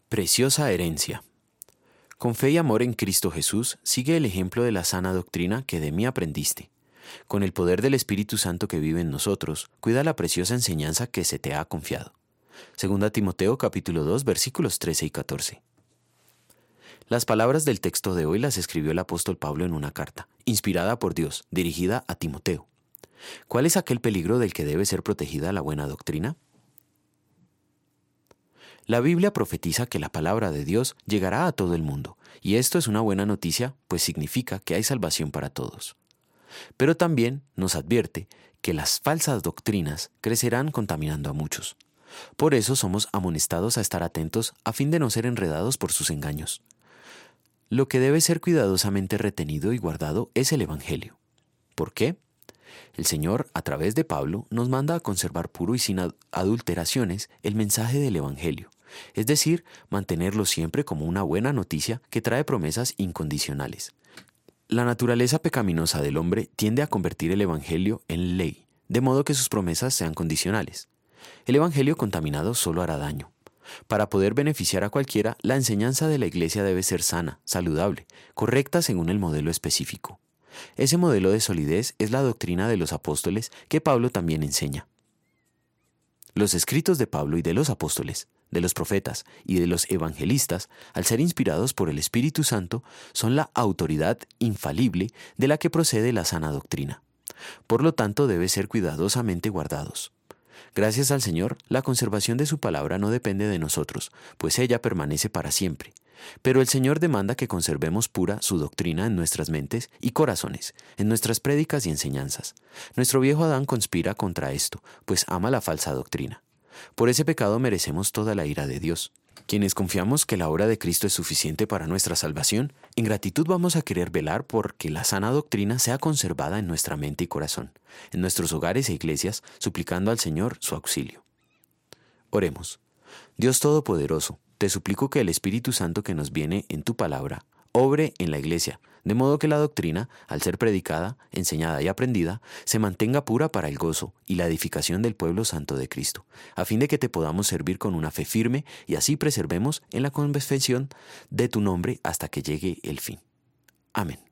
Preciosa herencia. Con fe y amor en Cristo Jesús, sigue el ejemplo de la sana doctrina que de mí aprendiste. Con el poder del Espíritu Santo que vive en nosotros, cuida la preciosa enseñanza que se te ha confiado. 2 Timoteo capítulo 2 versículos 13 y 14. Las palabras del texto de hoy las escribió el apóstol Pablo en una carta, inspirada por Dios, dirigida a Timoteo. ¿Cuál es aquel peligro del que debe ser protegida la buena doctrina? La Biblia profetiza que la palabra de Dios llegará a todo el mundo, y esto es una buena noticia, pues significa que hay salvación para todos. Pero también nos advierte que las falsas doctrinas crecerán contaminando a muchos. Por eso somos amonestados a estar atentos a fin de no ser enredados por sus engaños. Lo que debe ser cuidadosamente retenido y guardado es el Evangelio. ¿Por qué? El Señor, a través de Pablo, nos manda a conservar puro y sin adulteraciones el mensaje del Evangelio, es decir, mantenerlo siempre como una buena noticia que trae promesas incondicionales. La naturaleza pecaminosa del hombre tiende a convertir el Evangelio en ley, de modo que sus promesas sean condicionales. El Evangelio contaminado solo hará daño. Para poder beneficiar a cualquiera, la enseñanza de la Iglesia debe ser sana, saludable, correcta según el modelo específico. Ese modelo de solidez es la doctrina de los apóstoles que Pablo también enseña. Los escritos de Pablo y de los apóstoles, de los profetas y de los evangelistas, al ser inspirados por el Espíritu Santo, son la autoridad infalible de la que procede la sana doctrina. Por lo tanto, deben ser cuidadosamente guardados. Gracias al Señor, la conservación de su palabra no depende de nosotros, pues ella permanece para siempre. Pero el Señor demanda que conservemos pura su doctrina en nuestras mentes y corazones, en nuestras prédicas y enseñanzas. Nuestro viejo Adán conspira contra esto, pues ama la falsa doctrina. Por ese pecado merecemos toda la ira de Dios. Quienes confiamos que la obra de Cristo es suficiente para nuestra salvación, en gratitud vamos a querer velar por que la sana doctrina sea conservada en nuestra mente y corazón, en nuestros hogares e iglesias, suplicando al Señor su auxilio. Oremos. Dios Todopoderoso, te suplico que el Espíritu Santo que nos viene en tu palabra obre en la iglesia, de modo que la doctrina, al ser predicada, enseñada y aprendida, se mantenga pura para el gozo y la edificación del pueblo santo de Cristo, a fin de que te podamos servir con una fe firme y así preservemos en la confesión de tu nombre hasta que llegue el fin. Amén.